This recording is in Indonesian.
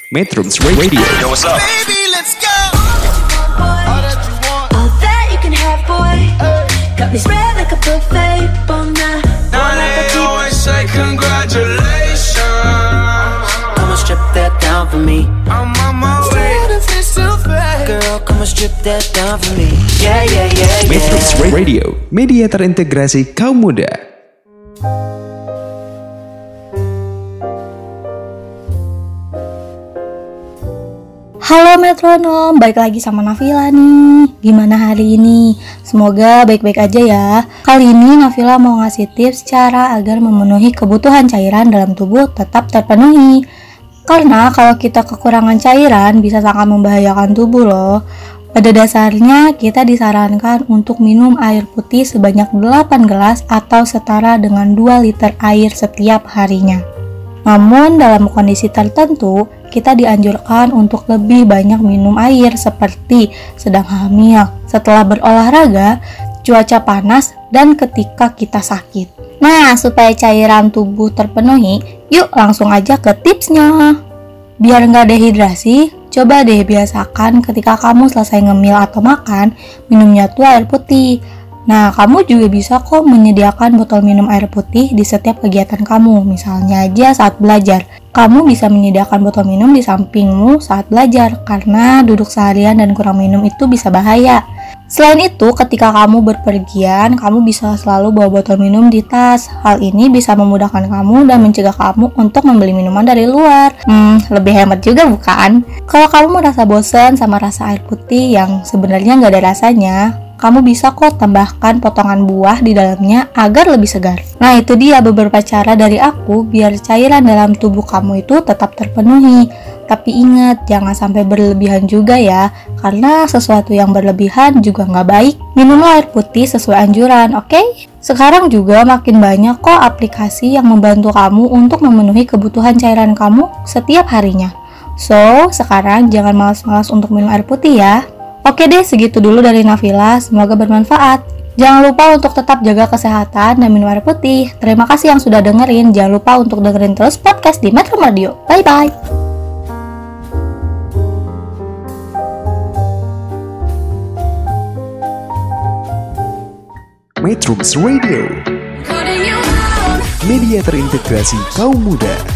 Metrums Radio. Yo, what's up? Baby, let's go. All that you can have, boy. Got me spread like a buffet. Now they always say congratulations. Come and strip that down for me. I'm on my way. Girl, come and strip that down for me. Yeah, yeah, yeah, Metrums yeah. Radio, media terintegrasi kaum muda. Halo metronom, balik lagi sama Nafila nih. Gimana hari ini? Semoga baik-baik aja ya. Kali ini Nafila mau ngasih tips cara agar memenuhi kebutuhan cairan dalam tubuh tetap terpenuhi. Karena kalau kita kekurangan cairan bisa sangat membahayakan tubuh loh. Pada dasarnya kita disarankan untuk minum air putih sebanyak 8 gelas atau setara dengan 2 liter air setiap harinya. Namun dalam kondisi tertentu, kita dianjurkan untuk lebih banyak minum air seperti sedang hamil, setelah berolahraga, cuaca panas, dan ketika kita sakit. Nah, supaya cairan tubuh terpenuhi, yuk langsung aja ke tipsnya. Biar nggak dehidrasi, coba deh biasakan ketika kamu selesai ngemil atau makan, minumnya tuh air putih. Nah, kamu juga bisa kok menyediakan botol minum air putih di setiap kegiatan kamu. Misalnya aja saat belajar, kamu bisa menyediakan botol minum di sampingmu saat belajar, karena duduk seharian dan kurang minum itu bisa bahaya. Selain itu, ketika kamu berpergian, kamu bisa selalu bawa botol minum di tas. Hal ini bisa memudahkan kamu dan mencegah kamu untuk membeli minuman dari luar. Lebih hemat juga bukan? Kalau kamu merasa bosan sama rasa air putih yang sebenarnya nggak ada rasanya, kamu bisa kok tambahkan potongan buah di dalamnya agar lebih segar. Nah, itu dia beberapa cara dari aku biar cairan dalam tubuh kamu itu tetap terpenuhi. Tapi ingat, jangan sampai berlebihan juga ya, karena sesuatu yang berlebihan juga nggak baik. Minumlah air putih sesuai anjuran, oke? Sekarang juga makin banyak kok aplikasi yang membantu kamu untuk memenuhi kebutuhan cairan kamu setiap harinya. So, sekarang jangan malas-malas untuk minum air putih ya. Oke deh, segitu dulu dari Nafila, semoga bermanfaat. Jangan lupa untuk tetap jaga kesehatan dan minum air putih. Terima kasih yang sudah dengerin, jangan lupa untuk dengerin terus podcast di Metro Radio. Bye-bye. Metrums Radio, media terintegrasi kaum muda.